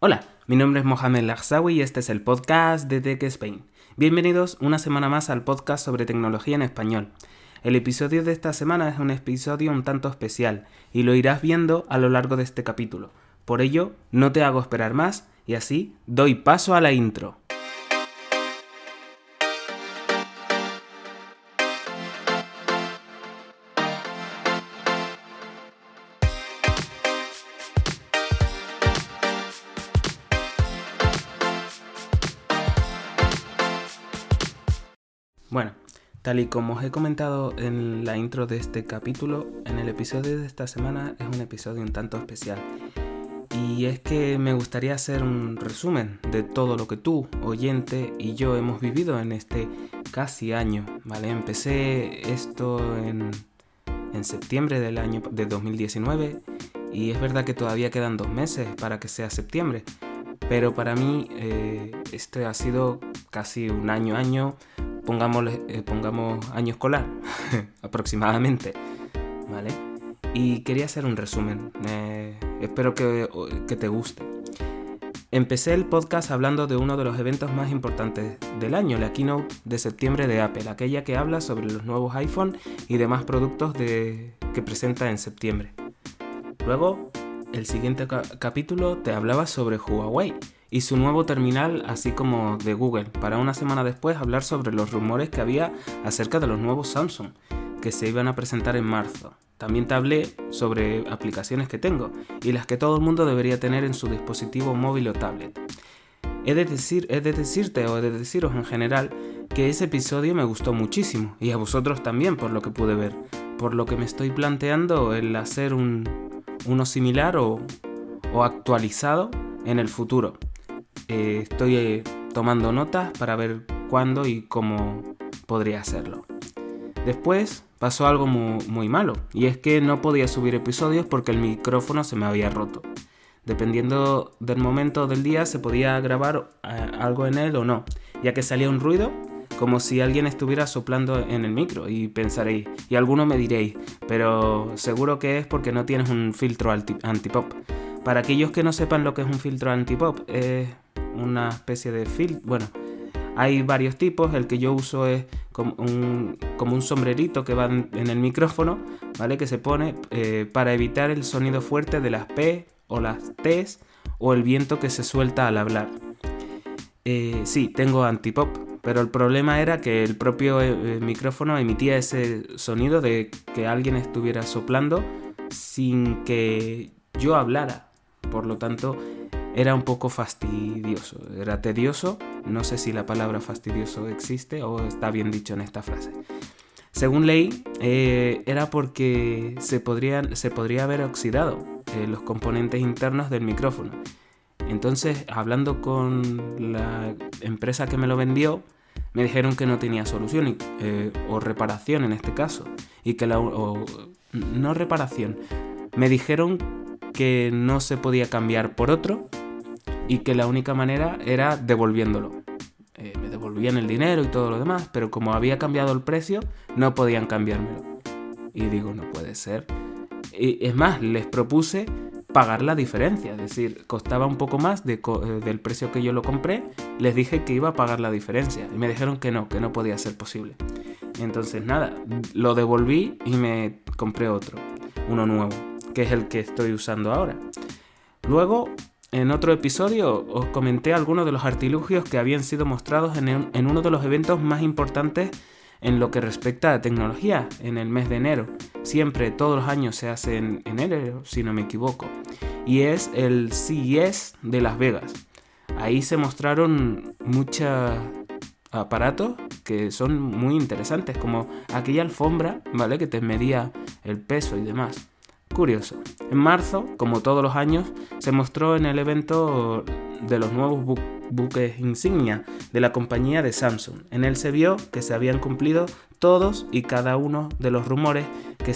Hola, mi nombre es Mohamed Lagsawi y este es el podcast de Tech Spain. Bienvenidos una semana más al podcast sobre tecnología en español. El episodio de esta semana es un episodio un tanto especial y lo irás viendo a lo largo de este capítulo. Por ello, no te hago esperar más y así doy paso a la intro. Bueno, tal y como os he comentado en la intro de este capítulo, en el episodio de esta semana es un episodio un tanto especial. Y es que me gustaría hacer un resumen de todo lo que tú, oyente, y yo hemos vivido en este casi año, ¿vale? Empecé esto en septiembre de 2019 y es verdad que todavía quedan 2 meses para que sea septiembre, pero para mí este ha sido casi un año, pongamos año escolar aproximadamente, ¿vale? Y quería hacer un resumen, espero que te guste. Empecé el podcast hablando de uno de los eventos más importantes del año, la keynote de septiembre de Apple, aquella que habla sobre los nuevos iPhone y demás productos que presenta en septiembre. Luego, el siguiente capítulo te hablaba sobre Huawei y su nuevo terminal, así como de Google, para una semana después hablar sobre los rumores que había acerca de los nuevos Samsung, que se iban a presentar en marzo. También te hablé sobre aplicaciones que tengo y las que todo el mundo debería tener en su dispositivo móvil o tablet. He de deciros en general que ese episodio me gustó muchísimo y a vosotros también, por lo que pude ver, por lo que me estoy planteando el hacer uno similar o actualizado en el futuro. Estoy tomando notas para ver cuándo y cómo podría hacerlo. Después pasó algo muy malo, y es que no podía subir episodios porque el micrófono se me había roto. Dependiendo del momento del día se podía grabar algo en él o no, ya que salía un ruido como si alguien estuviera soplando en el micro, y pensaréis, y alguno me diréis, pero seguro que es porque no tienes un filtro antipop. Para aquellos que no sepan lo que es un filtro antipop, es una especie de filtro. Bueno, hay varios tipos. El que yo uso es como un sombrerito que va en el micrófono, ¿vale? Que se pone para evitar el sonido fuerte de las P o las T's o el viento que se suelta al hablar. Sí, tengo antipop, pero el problema era que el propio micrófono emitía ese sonido de que alguien estuviera soplando sin que yo hablara. Por lo tanto, era un poco fastidioso, era tedioso. No sé si la palabra fastidioso existe o está bien dicho en esta frase. Según leí, era porque se podría haber oxidado los componentes internos del micrófono. Entonces, hablando con la empresa que me lo vendió, me dijeron que no tenía solución o reparación en este caso. Y que no reparación. Me dijeron que no se podía cambiar por otro y que la única manera era devolviéndolo. Me devolvían el dinero y todo lo demás, pero como había cambiado el precio, no podían cambiármelo. Y digo, no puede ser. Y es más, les propuse pagar la diferencia, es decir, costaba un poco más del precio que yo lo compré. Les dije que iba a pagar la diferencia y me dijeron que no podía ser posible. Entonces nada, lo devolví y me compré uno nuevo, que es el que estoy usando ahora. Luego, en otro episodio os comenté algunos de los artilugios que habían sido mostrados en uno de los eventos más importantes en lo que respecta a tecnología, en el mes de enero. Siempre, todos los años se hace en enero, si no me equivoco. Y es el CES de Las Vegas. Ahí se mostraron muchos aparatos que son muy interesantes, como aquella alfombra, ¿vale? Que te medía el peso y demás. Curioso. En marzo, como todos los años, se mostró en el evento de los nuevos buques insignia de la compañía de Samsung. En él se vio que se habían cumplido todos y cada uno de los rumores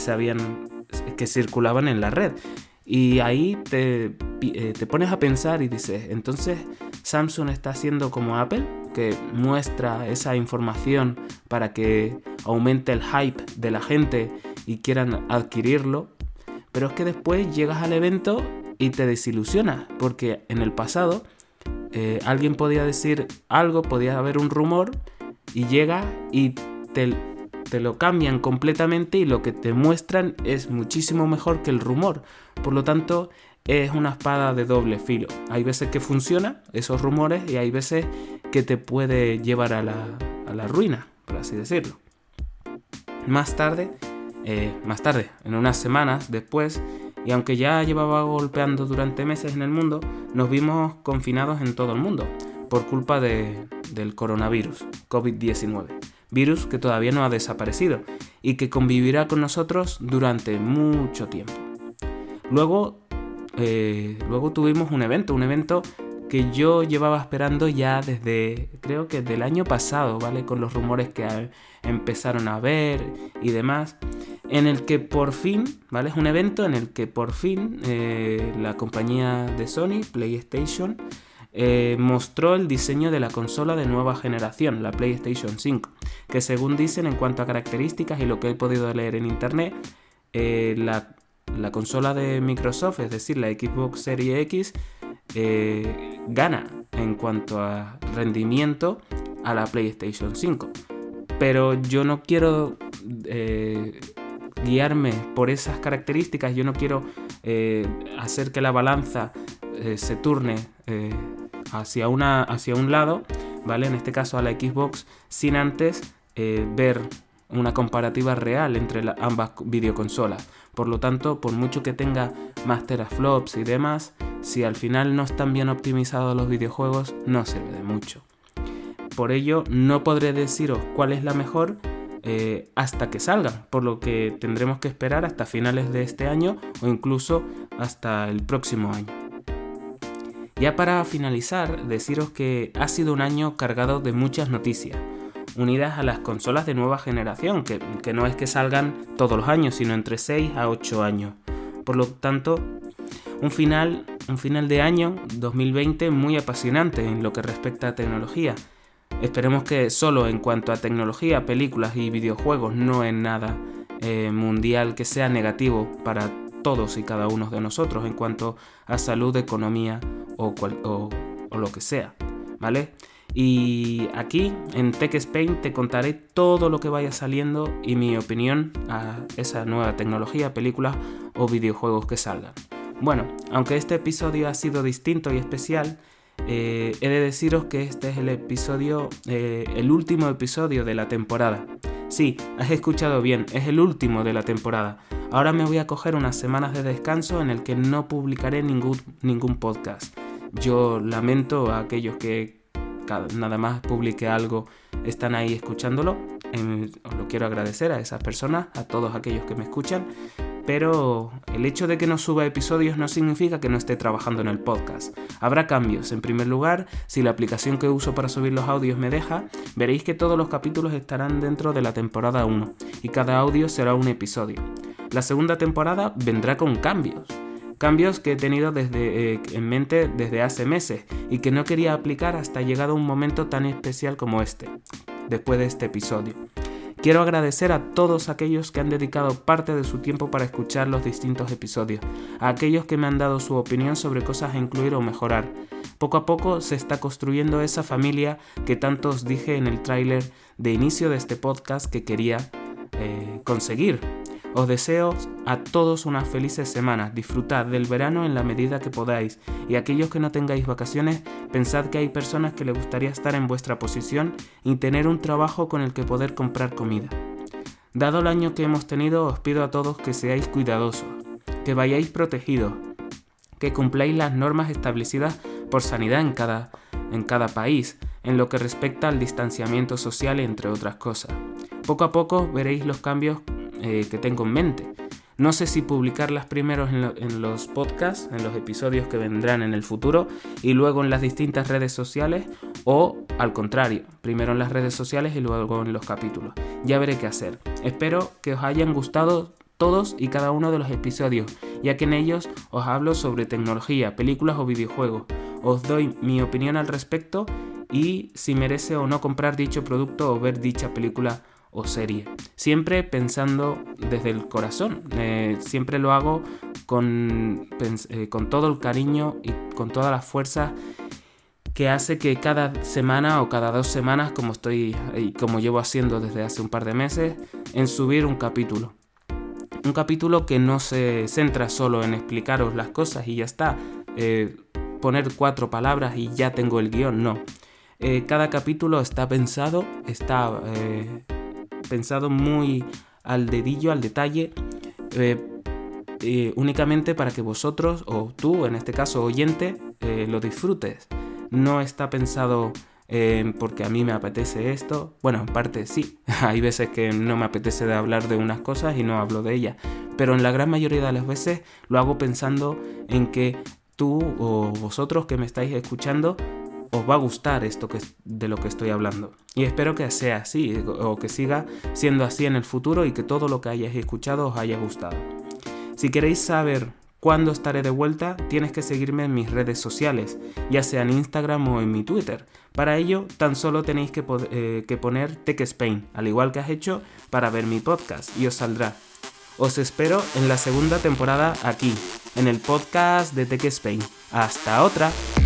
que circulaban en la red. Y ahí te pones a pensar y dices, entonces Samsung está haciendo como Apple, que muestra esa información para que aumente el hype de la gente y quieran adquirirlo. Pero es que después llegas al evento y te desilusionas, porque en el pasado alguien podía decir algo, podía haber un rumor y llega y te lo cambian completamente y lo que te muestran es muchísimo mejor que el rumor. Por lo tanto, es una espada de doble filo. Hay veces que funciona esos rumores y hay veces que te puede llevar a la ruina, por así decirlo. Más tarde, en unas semanas después, y aunque ya llevaba golpeando durante meses en el mundo, nos vimos confinados en todo el mundo por culpa del coronavirus, COVID-19. Virus que todavía no ha desaparecido y que convivirá con nosotros durante mucho tiempo. Luego tuvimos un evento que yo llevaba esperando ya desde, creo que del año pasado, ¿vale? Con los rumores que empezaron a ver y demás, en el que por fin, ¿vale? Es un evento en el que por fin la compañía de Sony, PlayStation, mostró el diseño de la consola de nueva generación, la PlayStation 5, que según dicen en cuanto a características y lo que he podido leer en internet, la consola de Microsoft, es decir, la Xbox Series X, gana en cuanto a rendimiento a la PlayStation 5. Pero yo no quiero guiarme por esas características, yo no quiero hacer que la balanza se turne hacia un lado, ¿vale? En este caso a la Xbox, sin antes ver una comparativa real entre ambas videoconsolas. Por lo tanto, por mucho que tenga más teraflops y demás, si al final no están bien optimizados los videojuegos, no sirve de mucho. Por ello, no podré deciros cuál es la mejor hasta que salgan, por lo que tendremos que esperar hasta finales de este año o incluso hasta el próximo año. Ya para finalizar, deciros que ha sido un año cargado de muchas noticias, unidas a las consolas de nueva generación, que no es que salgan todos los años, sino entre 6 a 8 años. Por lo tanto, un final de año 2020 muy apasionante en lo que respecta a tecnología. Esperemos que solo en cuanto a tecnología, películas y videojuegos, no en nada mundial que sea negativo para todos y cada uno de nosotros en cuanto a salud, economía o lo que sea, ¿vale? Y aquí en Tech Spain te contaré todo lo que vaya saliendo y mi opinión a esa nueva tecnología, películas o videojuegos que salgan. Bueno, aunque este episodio ha sido distinto y especial, he de deciros que este es el último episodio de la temporada. Sí, has escuchado bien, es el último de la temporada. Ahora me voy a coger unas semanas de descanso en el que no publicaré ningún podcast. Yo lamento a aquellos que nada más publique algo están ahí escuchándolo. Os lo quiero agradecer a esas personas, a todos aquellos que me escuchan. Pero el hecho de que no suba episodios no significa que no esté trabajando en el podcast. Habrá cambios. En primer lugar, si la aplicación que uso para subir los audios me deja, veréis que todos los capítulos estarán dentro de la temporada 1 y cada audio será un episodio. La segunda temporada vendrá con cambios que he tenido en mente desde hace meses y que no quería aplicar hasta llegado un momento tan especial como después de este episodio. Quiero agradecer a todos aquellos que han dedicado parte de su tiempo para escuchar los distintos episodios, a aquellos que me han dado su opinión sobre cosas a incluir o mejorar. Poco a poco se está construyendo esa familia que tanto os dije en el tráiler de inicio de este podcast que quería conseguir. Os deseo a todos unas felices semanas, disfrutad del verano en la medida que podáis y aquellos que no tengáis vacaciones, pensad que hay personas que les gustaría estar en vuestra posición y tener un trabajo con el que poder comprar comida. Dado el año que hemos tenido, os pido a todos que seáis cuidadosos, que vayáis protegidos, que cumpláis las normas establecidas por sanidad en cada país, en lo que respecta al distanciamiento social, entre otras cosas. Poco a poco veréis los cambios que tengo en mente. No sé si publicarlas primero en los podcasts, en los episodios que vendrán en el futuro y luego en las distintas redes sociales o al contrario, primero en las redes sociales y luego en los capítulos. Ya veré qué hacer. Espero que os hayan gustado todos y cada uno de los episodios, ya que en ellos os hablo sobre tecnología, películas o videojuegos. Os doy mi opinión al respecto y si merece o no comprar dicho producto o ver dicha película o serie. Siempre pensando desde el corazón. Siempre lo hago con todo el cariño y con toda la fuerza que hace que cada semana o cada 2 semanas, como llevo haciendo desde hace un par de meses, en subir un capítulo. Un capítulo que no se centra solo en explicaros las cosas y ya está, poner 4 palabras y ya tengo el guión, no. Cada capítulo está pensado muy al dedillo, al detalle, únicamente para que vosotros, o tú, en este caso oyente, lo disfrutes. No está pensado porque a mí me apetece esto. Bueno, en parte sí. Hay veces que no me apetece de hablar de unas cosas y no hablo de ellas. Pero en la gran mayoría de las veces lo hago pensando en que tú o vosotros que me estáis escuchando os va a gustar esto de lo que estoy hablando. Y espero que sea así o que siga siendo así en el futuro y que todo lo que hayáis escuchado os haya gustado. Si queréis saber cuándo estaré de vuelta, tienes que seguirme en mis redes sociales, ya sea en Instagram o en mi Twitter. Para ello, tan solo tenéis que poner Tech Spain, al igual que has hecho para ver mi podcast, y os saldrá. Os espero en la segunda temporada aquí, en el podcast de Tech Spain. ¡Hasta otra!